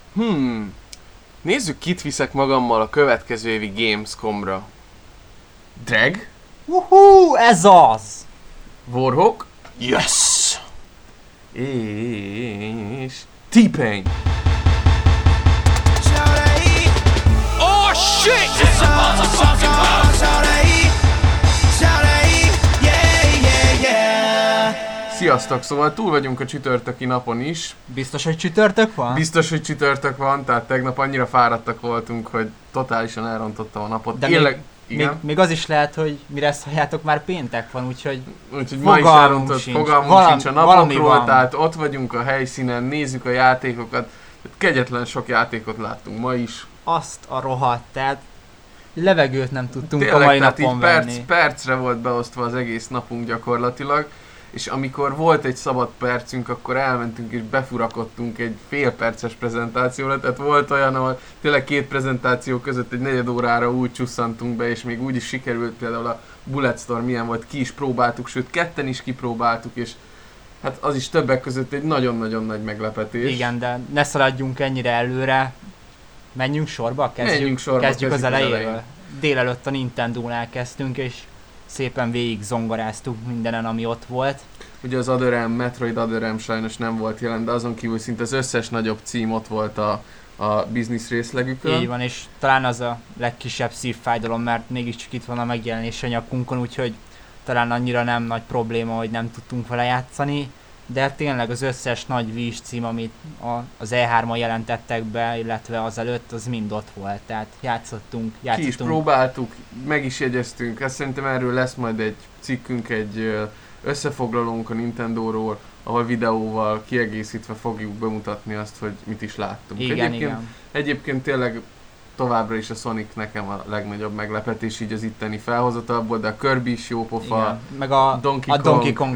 Nézzük, kit viszek magammal a következő évi Gamescomra. Drag? Ez az! Warhawk? Yes! És... T-Pain! Oh shit! It's a motherfucking bomb! Sziasztok! Szóval túl vagyunk a csütörtöki napon is. Biztos, hogy csütörtök van? Biztos, hogy csütörtök van, tehát tegnap annyira fáradtak voltunk, hogy totálisan elrontottam a napot. De még az is lehet, hogy mire ezt halljátok, már péntek van, úgyhogy ma is elrontott, fogalmunk sincs a napokról, tehát ott vagyunk a helyszínen, nézzük a játékokat. Kegyetlen sok játékot láttunk ma is. Azt a rohadt, tehát levegőt nem tudtunk tényleg, a mai tehát napon így venni. percre volt beosztva az egész napunk gyakorlatilag, és amikor volt egy szabad percünk, akkor elmentünk és befurakodtunk egy fél perces prezentációra, tehát volt olyan, ahol tényleg két prezentáció között egy negyed órára úgy csusszantunk be, és még úgy is sikerült, például a Bulletstorm milyen volt, ki is próbáltuk, sőt ketten is kipróbáltuk, és hát az is többek között egy nagyon-nagyon nagy meglepetés. Igen, de ne szaladjunk ennyire előre. Menjünk sorba? Kezdjük az elejéről. Délelőtt a Nintendo-nál kezdtünk, és szépen végig zongoráztuk mindenen, ami ott volt. Ugye az Other M, Metroid Other M sajnos nem volt jelen, de azon kívül szinte az összes nagyobb cím ott volt a business részlegükön. Így van, és talán az a legkisebb szívfájdalom, mert mégiscsak itt van a megjelenés a nyakunkon, úgyhogy talán annyira nem nagy probléma, hogy nem tudtunk vele játszani, de tényleg az összes nagy Wii cím, amit az E3-on jelentettek be, illetve azelőtt, az mind ott volt, tehát játszottunk. Ki is próbáltuk, meg is jegyeztünk, ezt szerintem erről lesz majd egy cikkünk, egy összefoglalónk a Nintendo-ról, ahol videóval kiegészítve fogjuk bemutatni azt, hogy mit is láttunk. Igen. Egyébként tényleg továbbra is a Sonic nekem a legnagyobb meglepetés így az itteni felhozatalból, de a Kirby is jó pofa. Igen. Meg a Donkey Kong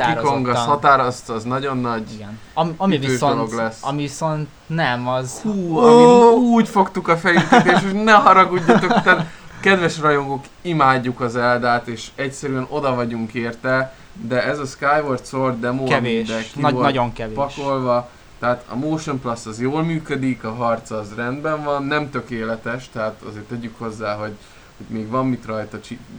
az határozottan. Az nagyon nagy ami viszont nem, az... Úgy fogtuk a fejünket, és most ne haragudjatok, tehát kedves rajongók, imádjuk az Eldát, és egyszerűen oda vagyunk érte, de ez a Skyward Sword demo, kevés, nagyon kevés. Pakolva, tehát a Motion Plus az jól működik, a harc az rendben van, nem tökéletes, tehát azért tegyük hozzá, hogy még van mit rajta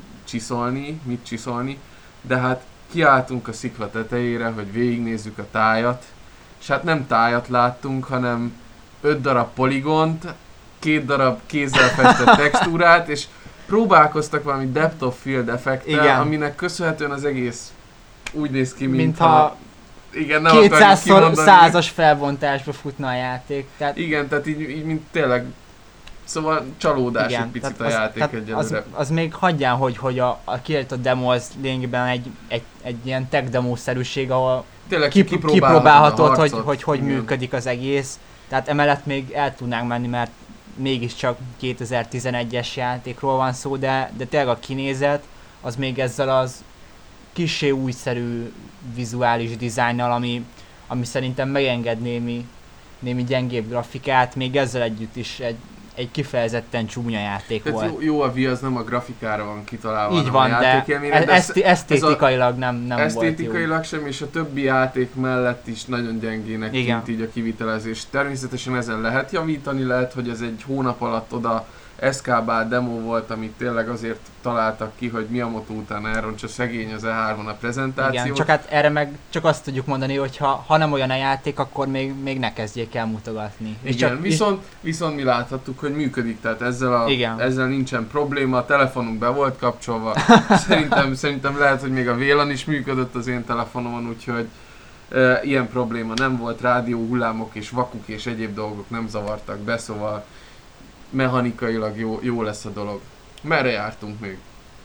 csiszolni, de hát kiálltunk a szikla tetejére, hogy végignézzük a tájat, és hát nem tájat láttunk, hanem 5 darab poligont, 2 darab kézzel festett textúrát, és próbálkoztak valami depth of field effekttel, aminek köszönhetően az egész úgy néz ki, mintha... Igen, nem 200x100-as felbontásba futna a játék. Tehát... Igen, tehát így mint tényleg, szóval csalódás egy picit a játék egyelőre. Az még hagyján, hogy a kijött a demo az lényegében egy ilyen tech demo-szerűség, ahol kipróbálhatod, hogy működik az egész. Tehát emellett még el tudnánk menni, mert mégiscsak 2011-es játékról van szó, de tényleg a kinézet az még ezzel az kissé újszerű vizuális dizájnnal, ami szerintem megenged némi gyengébb grafikát, még ezzel együtt is egy kifejezetten csúnya játék tehát volt. Jó, a Wii az nem a grafikára van kitalálva, így van, a játékélményre, de esztétikailag nem volt jó. Esztétikailag sem, és a többi játék mellett is nagyon gyengének tűnt így a kivitelezés. Természetesen ezen lehet javítani, lehet, hogy ez egy hónap alatt oda eszkábált demo volt, amit tényleg azért találtak ki, hogy Miyamoto után elrontsa szegény az E3-on a prezentációt. Igen, csak hát erre meg csak azt tudjuk mondani, hogy ha nem olyan a játék, akkor még ne kezdjék el mutogatni. Igen, viszont mi láthattuk, hogy működik, tehát ezzel nincsen probléma, a telefonunk be volt kapcsolva, szerintem lehet, hogy még a VLAN is működött az én telefonomon, úgyhogy ilyen probléma nem volt, rádió hullámok és vakuk és egyéb dolgok nem zavartak be, szóval mechanikailag jó lesz a dolog. Merre jártunk még?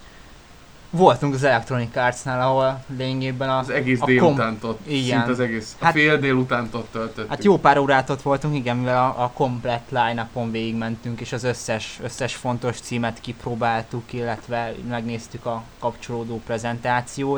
Voltunk az Electronic Arts-nál, ahol lényegében az egész délutánt ott, szinte az egész, a fél délutánt ott töltöttük. Hát jó pár órát ott voltunk, igen, mivel a komplett line-upon végigmentünk, és az összes fontos címet kipróbáltuk, illetve megnéztük a kapcsolódó prezentációt.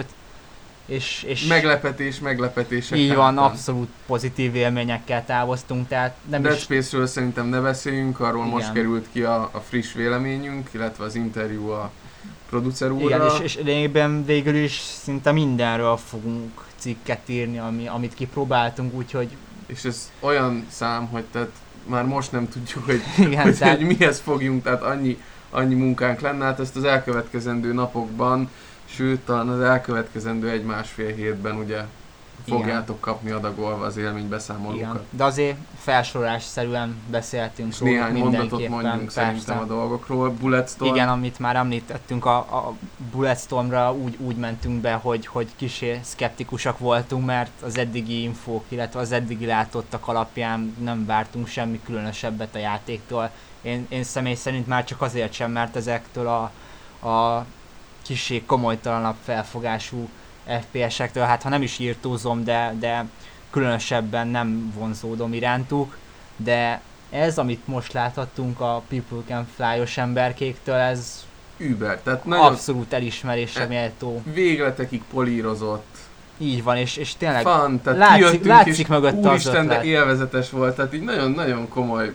És meglepetések. Így van, abszolút pozitív élményekkel távoztunk, tehát nem Dead is... Space-ről szerintem ne beszéljünk, arról igen. Most került ki a friss véleményünk, illetve az interjú a producer úrral. Igen, és lényegében végül is szinte mindenről fogunk cikket írni, amit kipróbáltunk, úgyhogy... És ez olyan szám, hogy tehát már most nem tudjuk, hogy, igen, hogy mihez fogjunk, tehát annyi munkánk lenne, hát ezt az elkövetkezendő napokban, sőt, talán az elkövetkezendő 1-1,5 hétben ugye fogjátok kapni adagolva az élménybeszámolókat. Igen. De azért felsorolásszerűen beszéltünk róla néhány mondatot mondjunk szerintem a dolgokról. Bulletstorm. Igen, amit már említettünk, a Bulletstormra úgy mentünk be, hogy kicsi szkeptikusak voltunk, mert az eddigi infók, illetve az eddigi látottak alapján nem vártunk semmi különösebbet a játéktól. Én személy szerint már csak azért sem, mert ezektől a kicsi komolytalanabb felfogású FPS-ektől, hát ha nem is írtózom, de különösebben nem vonzódom irántuk, de ez, amit most láthattunk a People Can Fly-os emberkéktől, ez Uber, tehát abszolút elismerésre méltó. Végletekig polírozott. Így van, és tényleg Fun, tehát látszik mögötte az ötlet. De élvezetes volt, tehát így nagyon-nagyon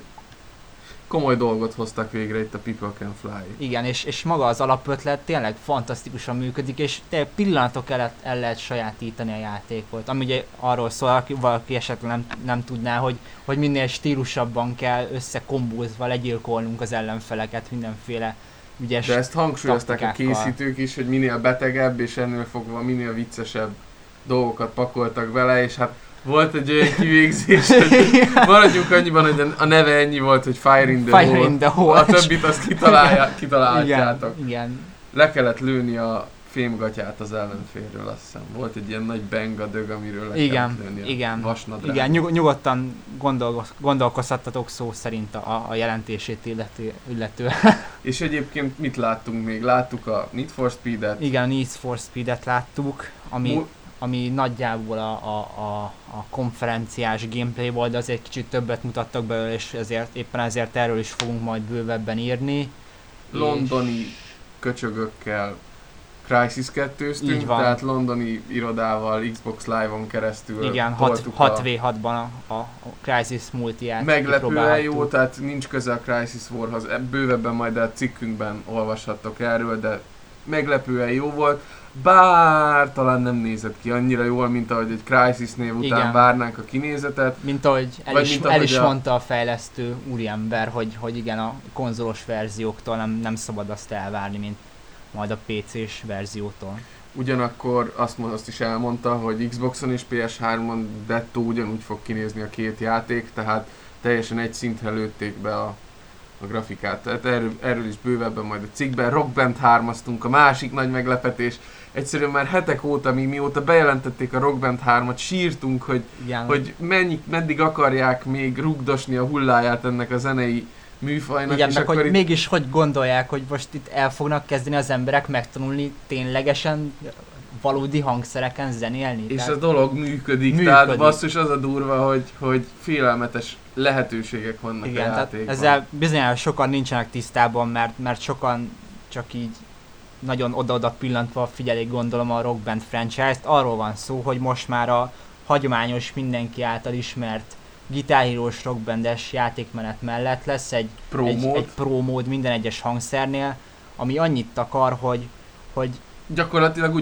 komoly dolgot hoztak végre itt a People Can Fly. Igen, és maga az alapötlet tényleg fantasztikusan működik, és tényleg pillanatok el lehet sajátítani a játékot. Ami ugye arról szól, valaki esetleg nem tudná, hogy minél stílusabban kell összekombózva legyilkolnunk az ellenfeleket mindenféle ügyes de ezt hangsúlyozták taktikákkal. A készítők is, hogy minél betegebb és ennél fogva minél viccesebb dolgokat pakoltak bele, és hát volt egy olyan kivégzés, hogy maradjunk annyiban, hogy a neve ennyi volt, hogy Fire in the Hole. A többit azt kitaláljátok. Igen. Le kellett lőni a fémgatyát az ellenfélről, azt hiszem. Volt egy ilyen nagy bang a dög, amiről le kellett lőni a vasnadrágot. Igen, nyugodtan gondolkozhattatok szó szerint a jelentését illetően. És egyébként mit láttunk még? Láttuk a Need for Speed-et. Igen, a Need for Speed-et láttuk, ami nagyjából a konferenciás gameplay volt, de azért kicsit többet mutattak belőle, és éppen ezért erről is fogunk majd bővebben írni. Londoni köcsögökkel Crysis 2-ztünk, tehát londoni irodával Xbox Live-on keresztül. Igen, 6v6-ban a Crysis multiját meglepően jó, tehát nincs köze a Crysis Warhoz, bővebben majd a cikkünkben olvashattok erről, de meglepően jó volt. Bár talán nem nézett ki annyira jól, mint ahogy egy Crysis név után igen. Várnánk a kinézetet. Mint ahogy el is mondta a fejlesztő úriember, hogy igen, a konzolos verzióktól nem szabad azt elvárni, mint majd a PC-s verziótól. Ugyanakkor azt is elmondta, hogy Xboxon és PS3-on dettó ugyanúgy fog kinézni a két játék, tehát teljesen egy szintre lőtték be a grafikát. Tehát erről is bővebben majd a cikkben. Rock Band 3-aztunk, a másik nagy meglepetés. Egyszerűen már hetek óta, mióta bejelentették a Rock Band 3-at, sírtunk, hogy meddig akarják még rugdosni a hulláját ennek a zenei műfajnak. Igen, és meg akkor hogy mégis hogy gondolják, hogy most itt el fognak kezdeni az emberek megtanulni ténylegesen valódi hangszereken zenélni. És a dolog működik. Tehát basszus, az a durva, hogy félelmetes lehetőségek vannak igen, a játékban. Ezzel bizonyára sokan nincsenek tisztában, mert sokan csak így nagyon oda-oda pillantva figyelik, gondolom, a Rock Band franchise-t. Arról van szó, hogy most már a hagyományos, mindenki által ismert gitárhírós rockbandes játékmenet mellett lesz egy pro mód minden egyes hangszernél, ami annyit akar, hogy gyakorlatilag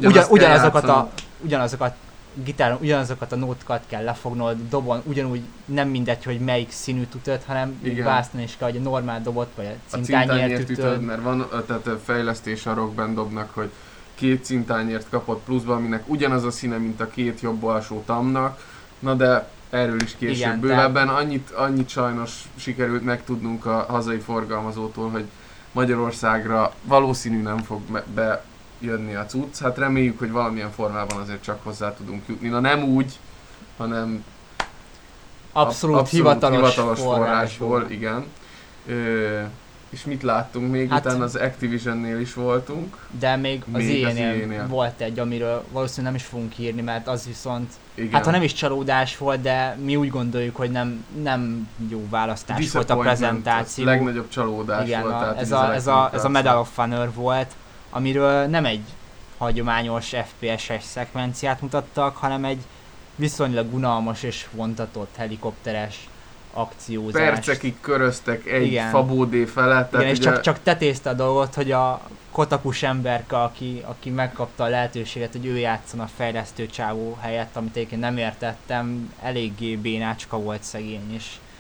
ugyanazokat a nótokat kell lefognod, dobon ugyanúgy nem mindegy, hogy melyik színűt ütöd, hanem választani is kell, hogy a normál dobot vagy a cintányért ütöd. Mert van tehát a fejlesztés a Rock Band dobnak, hogy 2 cintányért kapott pluszban, aminek ugyanaz a színe, mint a 2 jobb alsó tamnak. Na de erről is később igen, bővebben. Annyit sajnos sikerült megtudnunk a hazai forgalmazótól, hogy Magyarországra valószínű nem fog bejönni a cucc. Hát reméljük, hogy valamilyen formában azért csak hozzá tudunk jutni. Na nem úgy, hanem abszolút hivatalos forrásból, igen. És mit láttunk még? Hát, utána az Activisionnél is voltunk. De még az EA-nél volt egy, amiről valószínűleg nem is fogunk írni, mert az viszont, igen. Hát ha nem is csalódás volt, de mi úgy gondoljuk, hogy nem jó választás volt a prezentáció. A legnagyobb csalódás igen, volt. Ez a Medal of Honor volt, amiről nem egy hagyományos FPS-es szekvenciát mutattak, hanem egy viszonylag unalmas és vontatott helikopteres akciózást. Percekig köröztek egy fabódé felett. Igen, és csak tetézte a dolgot, hogy a Kotakus emberke, aki megkapta a lehetőséget, hogy ő játszon a fejlesztő csávó helyett, amit egyébként nem értettem, eléggé bénácska volt szegény, és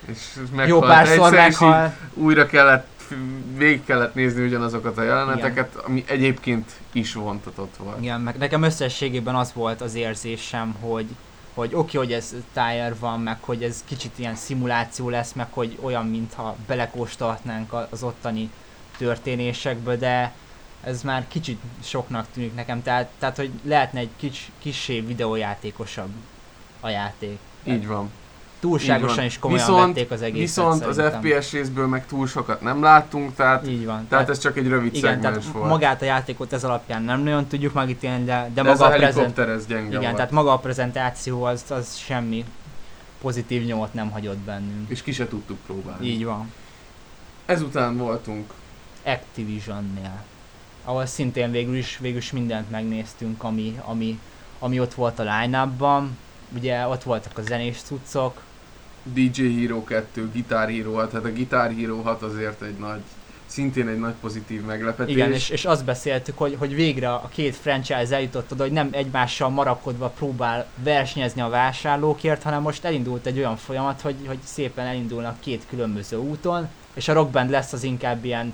És jó párszor meghal. Újra végig kellett nézni ugyanazokat a jeleneteket, igen. Ami egyébként is vontatott volt. Igen, meg nekem összességében az volt az érzésem, hogy oké, hogy ez Tyler van, meg hogy ez kicsit ilyen szimuláció lesz, meg hogy olyan, mintha belekóstolhatnánk az ottani történésekbe, de ez már kicsit soknak tűnik nekem, tehát hogy lehetne egy kissé videójátékosabb a játék. Így van. Túlságosan is komolyan vették az egészet. Viszont szerintem. Az FPS részből meg túl sokat nem láttunk, tehát, így van, tehát ez csak egy rövid szegmens volt. Magát a játékot ez alapján nem nagyon tudjuk megítélni, de maga a helikopter ez gyenge igen, volt. Tehát maga a prezentáció az semmi pozitív nyomot nem hagyott bennünk. És ki se tudtuk próbálni. Így van. Ezután voltunk Activision-nél, ahol szintén végül is mindent megnéztünk, ami ott volt a line-upban. Ugye ott voltak a zenés cuccok. DJ Hero 2, Guitar Hero 6, hát a Guitar Hero 6 azért szintén egy nagy pozitív meglepetés. Igen, és azt beszéltük, hogy végre a két franchise eljutott oda, hogy nem egymással marakodva próbál versenyezni a vásárlókért, hanem most elindult egy olyan folyamat, hogy szépen elindulnak két különböző úton, és a Rock Band lesz az inkább ilyen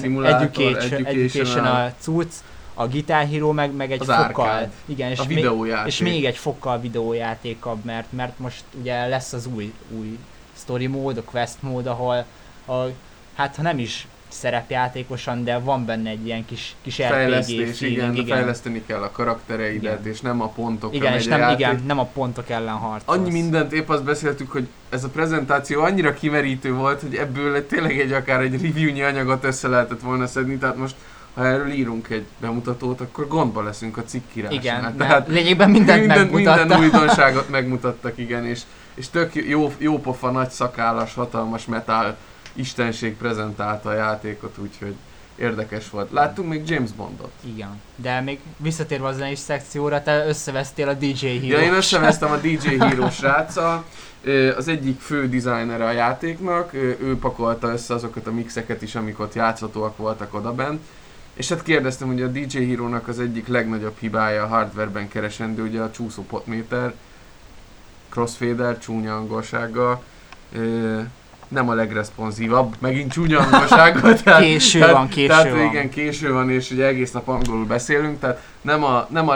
educational cucc, a Guitar Hero meg egy az fokkal, arcade, igen, és még egy fokkal videójátékabb, mert most ugye lesz az új story mód, a quest mód, ahol hát ha nem is szerepjátékosan, de van benne egy ilyen kis fejlesztés, RPG feeling, igen, fejleszteni kell a karaktereidet, igen. És nem a pontokra igen, megy és nem a pontok ellen harcolsz. Annyi mindent, épp azt beszéltük, hogy ez a prezentáció annyira kimerítő volt, hogy ebből tényleg akár egy reviewnyi anyagot össze lehetett volna szedni, tehát most ha erről írunk egy bemutatót, akkor gondba leszünk a cikkírásnál. Igen, tehát lényegben minden újdonságot megmutattak, igen, és tök jó pofa, nagy szakállas, hatalmas metal istenség prezentálta a játékot, úgyhogy érdekes volt. Láttunk még James Bondot. Igen, de még visszatérve a zenés szekcióra, te összevesztél a DJ Hero-s. Ja, én összevesztem a DJ Hero sráccal, az egyik fő designere a játéknak, ő pakolta össze azokat a mixeket is, amik ott játszhatóak voltak odabent. És hát kérdeztem, hogy a DJ Hero-nak az egyik legnagyobb hibája a hardwareben keresendő, ugye a csúszó potméter, crossfader, csúnya angolsággal, nem a legresponszívabb, megint csúnya angolsággal. Késő van. Igen, késő van, és ugye egész nap angolul beszélünk, tehát nem a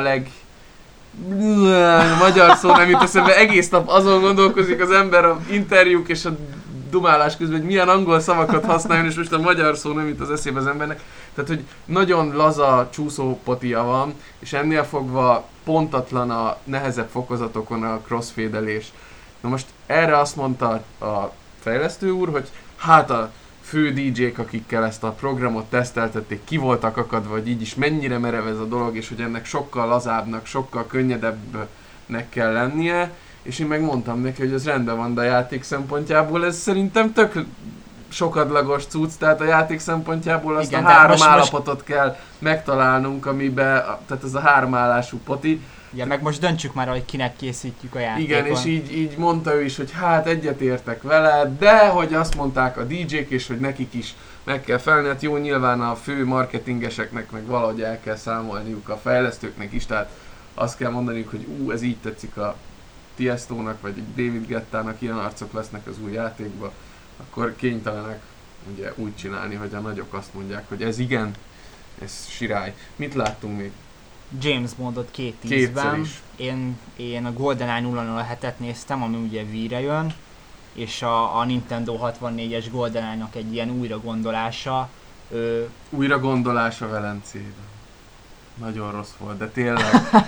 magyar szó nem jut eszembe, egész nap azon gondolkozik az ember a interjúk és a dumálás közben, hogy milyen angol szavakat használjon, és most a magyar szó nem jut az eszébe az embernek. Tehát, hogy nagyon laza csúszópotia van, és ennél fogva pontatlan a nehezebb fokozatokon a crossfadelés. Na most erre azt mondta a fejlesztő úr, hogy hát a fő DJ-k, akikkel ezt a programot teszteltették, ki voltak akadva, hogy így is mennyire merev ez a dolog, és hogy ennek sokkal lazábbnak, sokkal könnyedebbnek kell lennie, és én megmondtam neki, hogy ez rendben van, de a játék szempontjából ez szerintem tök sokadlagos cucc, tehát a játék szempontjából azt igen, a három állapotot kell megtalálnunk, amiben, tehát ez a háromállású poti. Igen, meg most döntsük már, hogy kinek készítjük a játékon. Igen, és így mondta ő is, hogy hát egyetértek vele, de hogy azt mondták a DJ-k, és hogy nekik is meg kell felni, hát jó, nyilván a fő marketingeseknek meg valahogy el kell számolniuk a fejlesztőknek is, tehát azt kell mondaniuk, hogy ez így tetszik a Tiesto-nak, vagy David Guettának, ilyen arcok lesznek az új játékban, akkor kénytelenek ugye úgy csinálni, hogy a nagyok azt mondják, hogy ez igen, ez sirály. Mit láttunk még? James Bondot 2010-ben. Én a GoldenEye 007-et néztem, ami ugye Wii-re jön, és a Nintendo 64-es GoldenEye-nak egy ilyen újragondolása. Újragondolása Velencében. Nagyon rossz volt, de tényleg.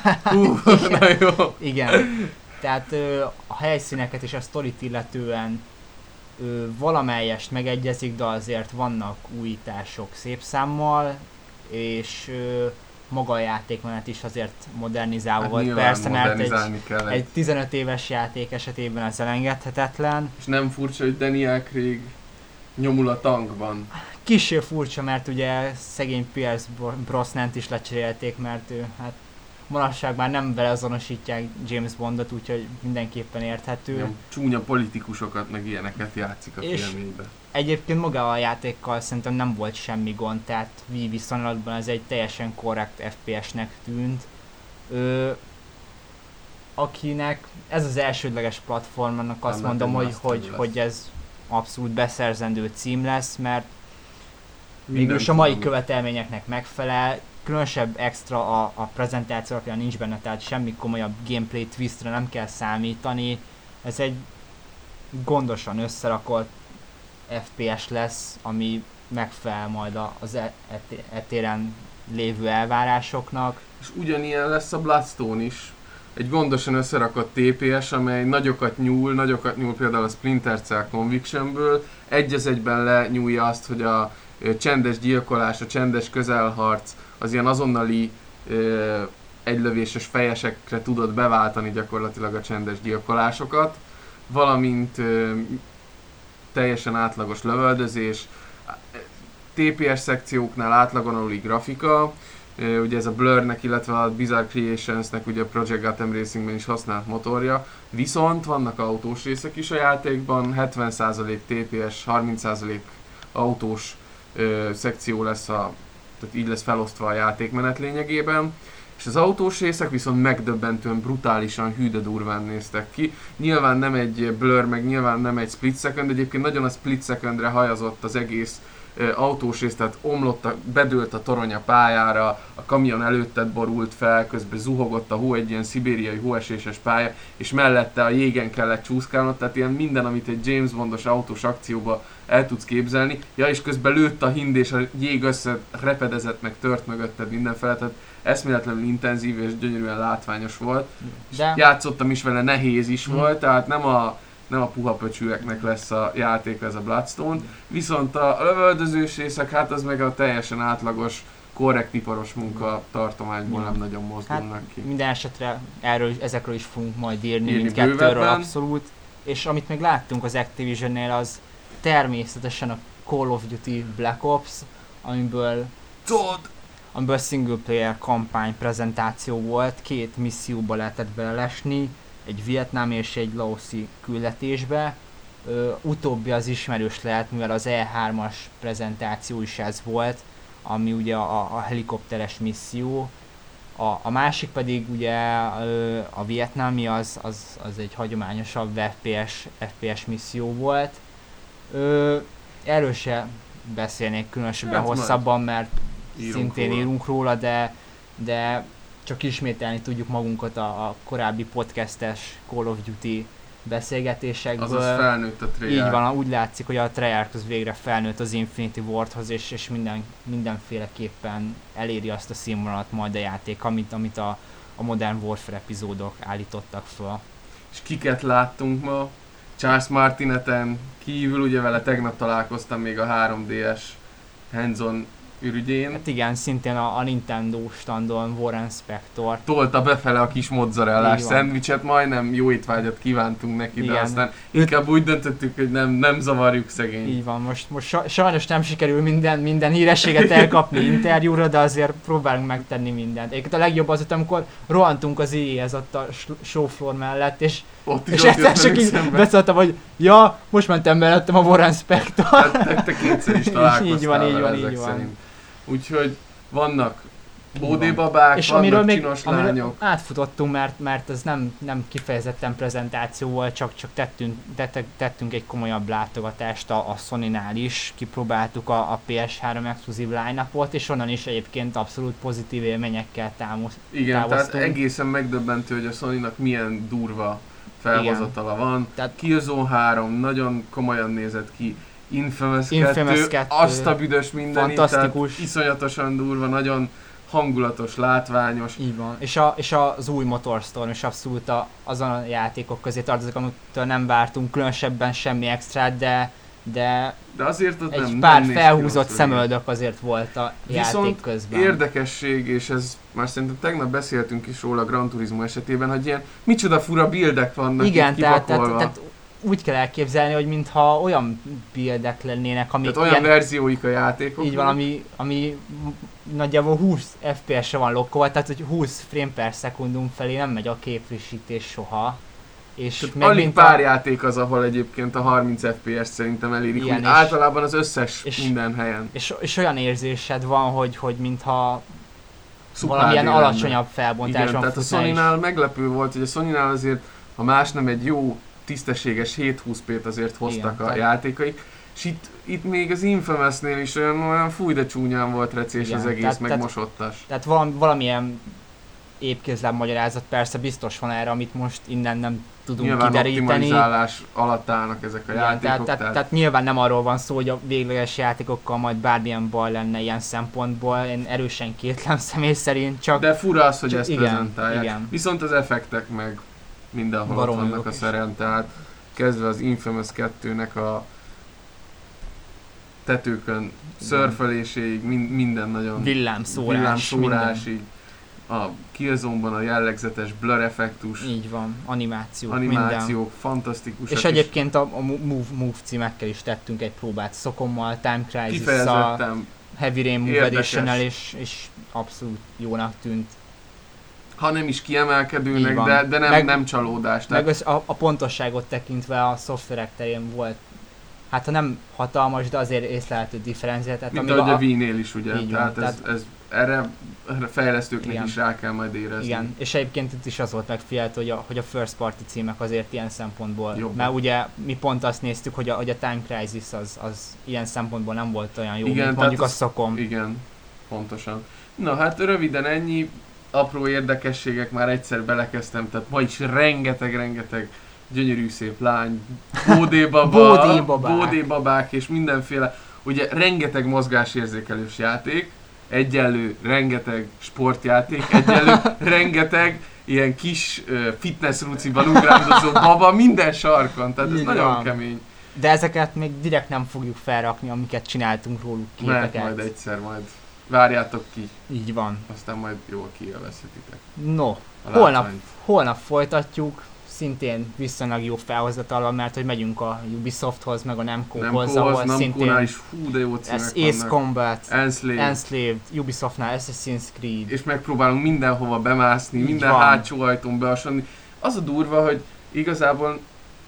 Na jó. Igen. Tehát a helyszíneket és a sztorit illetően valamelyest megegyezik, de azért vannak újítások szép számmal, és maga a játékmenet is azért modernizálva volt. Persze, mert egy 15 éves játék esetében ez elengedhetetlen. És nem furcsa, hogy Daniel Craig nyomul a tankban. Kissé furcsa, mert ugye szegény Pierce Brosnant is lecserélték, mert ő hát manapság már nem vele azonosítják James Bondot, úgyhogy mindenképpen érthető. Ja, csúnya politikusokat meg ilyeneket játszik a filmjében. Egyébként maga a játékkal szerintem nem volt semmi gond, tehát Wii viszonylatban ez egy teljesen korrekt FPS-nek tűnt. Akinek ez az elsődleges platform, annak azt mondom, hogy abszolút beszerzendő cím lesz, mert mégis a mai követelményeknek megfelel, különösebb extra a prezentáció alapján nincs benne, tehát semmi komolyabb gameplay twistre nem kell számítani. Ez egy gondosan összerakott FPS lesz, ami megfelel majd az etéren lévő elvárásoknak. És ugyanilyen lesz a Bloodstone is. Egy gondosan összerakott TPS, amely nagyokat nyúl például a Splinter Cell Convictionből, egy az egyben lenyúlja azt, hogy a csendes gyilkolás, a csendes közelharc, az ilyen azonnali egylövéses fejesekre tudod beváltani gyakorlatilag a csendes gyilkolásokat, valamint teljesen átlagos lövöldözés, TPS szekcióknál átlagon aluli grafika, ugye ez a Blurnek, illetve a Bizarre Creationsnek ugye a Project Gotham Racingben is használt motorja, viszont vannak autós részek is a játékban, 70% TPS, 30% autós szekció lesz, tehát így lesz felosztva a játékmenet lényegében, és az autós részek viszont megdöbbentően brutálisan hű de durván néztek ki. Nyilván nem egy Blur, meg nyilván nem egy Split Second, egyébként nagyon a Split Secondre hajazott az egész autós rész, tehát bedőlt a torony a pályára, a kamion előtted borult fel, közben zuhogott a hó, egy ilyen szibériai hóeséses pálya, és mellette a jégen kellett csúszkálnod, tehát ilyen minden, amit egy James Bondos autós akcióba el tudsz képzelni. Ja, és közben lőtt a hind, és a jég össze repedezett, meg tört mögötted mindenfele, tehát eszméletlenül intenzív és gyönyörűen látványos volt. De... Játszottam is vele, nehéz is volt, tehát nem a puha pöcsűeknek lesz a játék, ez a Bloodstone. Viszont a lövöldözős részek, hát az meg a teljesen átlagos, korrekt iparos munka tartományból nem nagyon mozdulnak ki. Minden esetre ezekről is fogunk majd írni mindkettőről abszolút. És amit még láttunk az Activisionnél, az természetesen a Call of Duty Black Ops, amiből single player kampány prezentáció volt, 2 misszióba lehetett belesni, egy vietnámi és egy laoszi küldetésbe. Utóbbi az ismerős lehet, mivel az E3-as prezentáció is ez volt, ami ugye a helikopteres misszió. A másik pedig ugye a vietnámi az egy hagyományosabb FPS misszió volt. Erről se beszélnék különösebben hosszabban, mert szintén írunk róla, de csak ismételni tudjuk magunkat a korábbi podcastes Call of Duty beszélgetésekből. Azaz felnőtt a Treyarch. Így van, úgy látszik, hogy a Treyarch az végre felnőtt az Infinity Wardhoz, és mindenféleképpen eléri azt a színvonalat majd a játék, amit a Modern Warfare epizódok állítottak fel. És kiket láttunk ma? Charles Martineten kívül, ugye vele tegnap találkoztam még a 3DS hands-on ürügyén. Hát igen, szintén a Nintendo standon Warren Spector. Tolta befele a kis mozzarellás szendvicset, majdnem jó étvágyat kívántunk neki, igen. De aztán inkább úgy döntöttük, hogy nem zavarjuk szegény. Így van, most sajnos nem sikerül minden hírességet elkapni interjúra, de azért próbálunk megtenni mindent. Egyébként a legjobb az, amikor rohantunk az EA-hez ott a showfloor mellett, és egyszer csak így beszéltem, hogy ja, most mentem mellettem a Warren Spector. Hát te kétszer is találkoztál így van. Úgyhogy vannak bódébabák, és vannak csinos lányok. Átfutottunk, mert ez nem kifejezetten prezentáció volt, csak tettünk egy komolyabb látogatást a Sonynál is, kipróbáltuk a PS3 exkluzív line-upot, és onnan is egyébként abszolút pozitív élményekkel távoztunk. Igen, tehát egészen megdöbbentő, hogy a Sonynak milyen durva felhozatala van. Tehát Killzone 3 nagyon komolyan nézett ki, Infamous 2, azt a büdös mindenit, tehát iszonyatosan durva, nagyon hangulatos, látványos. Így van, és az új Motorstorm is abszolút azon a játékok közé tartozik, amitől nem vártunk különösebben semmi extrát, de azért ott egy pár felhúzott szemöldök azért volt a játék közben. Érdekesség, és ez már szerintem tegnap beszéltünk is róla a Gran Turismo esetében, hogy ilyen micsoda fura buildek vannak itt kipakolva. Tehát úgy kell elképzelni, hogy mintha olyan buildek lennének, amik tehát olyan verzióik a játékok. Így van, ami nagyjából 20 FPS-re van lokkolva, tehát hogy 20 frame per szekundum felé nem megy a képfrissítés soha. És alig pár játék az, ahol egyébként a 30 FPS szerintem elérik, úgy általában az összes minden helyen. És olyan érzésed van, hogy mintha valamilyen alacsonyabb felbontásban. Igen, tehát a Sonynál meglepő volt, hogy a Sonynál azért, ha más nem, egy jó tisztességes 720p-t azért hoztak a játékaik. És itt még az Infamousnél is olyan fúj de csúnyán volt recés az egész, meg mosottas. Tehát valamilyen épkézláb magyarázat persze biztos van erre, amit most innen nem tudunk nyilván kideríteni. Nyilván optimalizálás alatt állnak ezek a játékok. Tehát nyilván nem arról van szó, hogy a végleges játékokkal majd bármilyen baj lenne ilyen szempontból. Én erősen kétlem személy szerint, csak... De fura az, hogy ezt prezentálják. Igen. Viszont az effektek meg mindenhol ott vannak a szeren, tehát kezdve az Infamous 2-nek a tetőkön szörföléséig, minden nagyon... Villámszórásig. A Killzone-ban a jellegzetes blur effektus. Így van, animációk minden. Fantasztikusak. És egyébként a Move címekkel is tettünk egy próbát, Szokommal, Time Crisis-szal, Heavy Rain Move Edition-el, és abszolút jónak tűnt. Ha nem is kiemelkedőnek, de nem csalódás. Meg a pontosságot tekintve a szoftverek terén volt, hát ha nem hatalmas, de azért észlelhető differencia. Mint ahogy a Wii-nél is, ugye? Tehát ez erre fejlesztőknek is rá kell majd érezni. Igen, és egyébként itt is az volt megfigyelhető, hogy a first party címek azért ilyen szempontból, jobb. Mert ugye mi pont azt néztük, hogy a Time Crisis az ilyen szempontból nem volt olyan jó, igen, mint mondjuk a Szokom. Igen, pontosan. Na hát röviden ennyi, apró érdekességek, már egyszer belekezdtem, tehát ma is rengeteg gyönyörű szép lány, bódébabák és mindenféle, ugye rengeteg mozgásérzékelős játék, egyenlő rengeteg sportjáték, egyenlő rengeteg ilyen kis fitness ruciban ugrándozó baba minden sarkon, tehát ez nagyon kemény. De ezeket még direkt nem fogjuk felrakni, amiket csináltunk róluk képeket. Mert majd egyszer, várjátok ki. Így van. Aztán majd jól kielvezhetitek. No, holnap folytatjuk. Szintén viszonylag jó felhozatallal, mert hogy megyünk a Ubisofthoz, meg a Namcohoz, ahol szintén is de jó címek Ace Combat, Enslaved, Ubisoftnál Assassin's Creed. És megpróbálunk mindenhova bemászni, minden hátsó ajtón beasodni. Az a durva, hogy igazából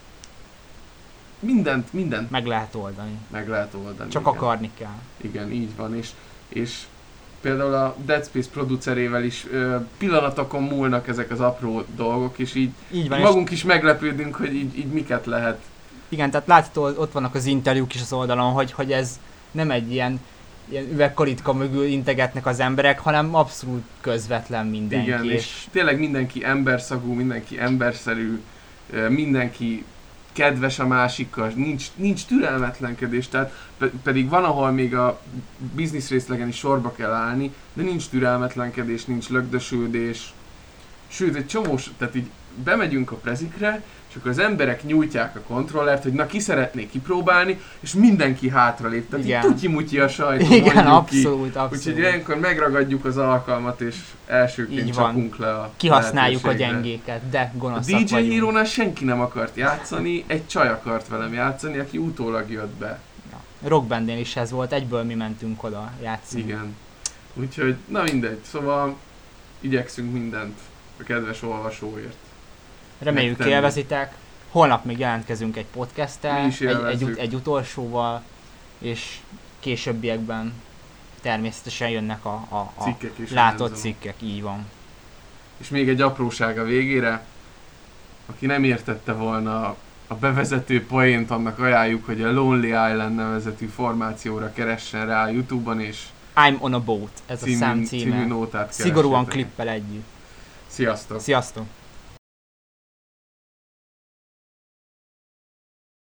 mindent meg lehet oldani. Csak igen. Akarni kell. Igen, így van, és például a Dead Space producerével is pillanatokon múlnak ezek az apró dolgok, és így van, magunk is meglepődünk, hogy így miket lehet. Igen, tehát látható, ott vannak az interjúk is az oldalon, hogy ez nem egy ilyen üvegkalitka mögül integetnek az emberek, hanem abszolút közvetlen mindenki. Igen, és tényleg mindenki emberszagú, mindenki emberszerű, mindenki kedves a másikkal, nincs türelmetlenkedés, tehát pedig van, ahol még a business részlegen is sorba kell állni, de nincs türelmetlenkedés, nincs lögdösődés, sőt egy csomós, tehát így bemegyünk a prezikre, és akkor az emberek nyújtják a kontrollert, hogy na ki szeretné kipróbálni, és mindenki hátralép, tehát így tutyi-mutyi a sajtó, igen, abszolút. Úgyhogy ilyenkor megragadjuk az alkalmat, és elsőként csapunk le a kihasználjuk a gyengéket, de gonoszak vagyunk. A DJ Hero-nál senki nem akart játszani, egy csaj akart velem játszani, aki utólag jött be. Rock Bandnél is ez volt, egyből mi mentünk oda játszani. Igen. Úgyhogy, na mindegy, szóval igyekszünk mindent a kedves olvasóért. Reméljük élvezitek. Holnap még jelentkezünk egy podcasttel, egy utolsóval, és későbbiekben természetesen jönnek a látott cikkek, így van. És még egy apróság a végére, aki nem értette volna a bevezető poént, annak ajánljuk, hogy a Lonely Island nevezetű formációra keressen rá a YouTube-on, és I'm on a boat, ez a szám címe. Című nótát szigorúan klippel együtt. Sziasztok! Sziasztok!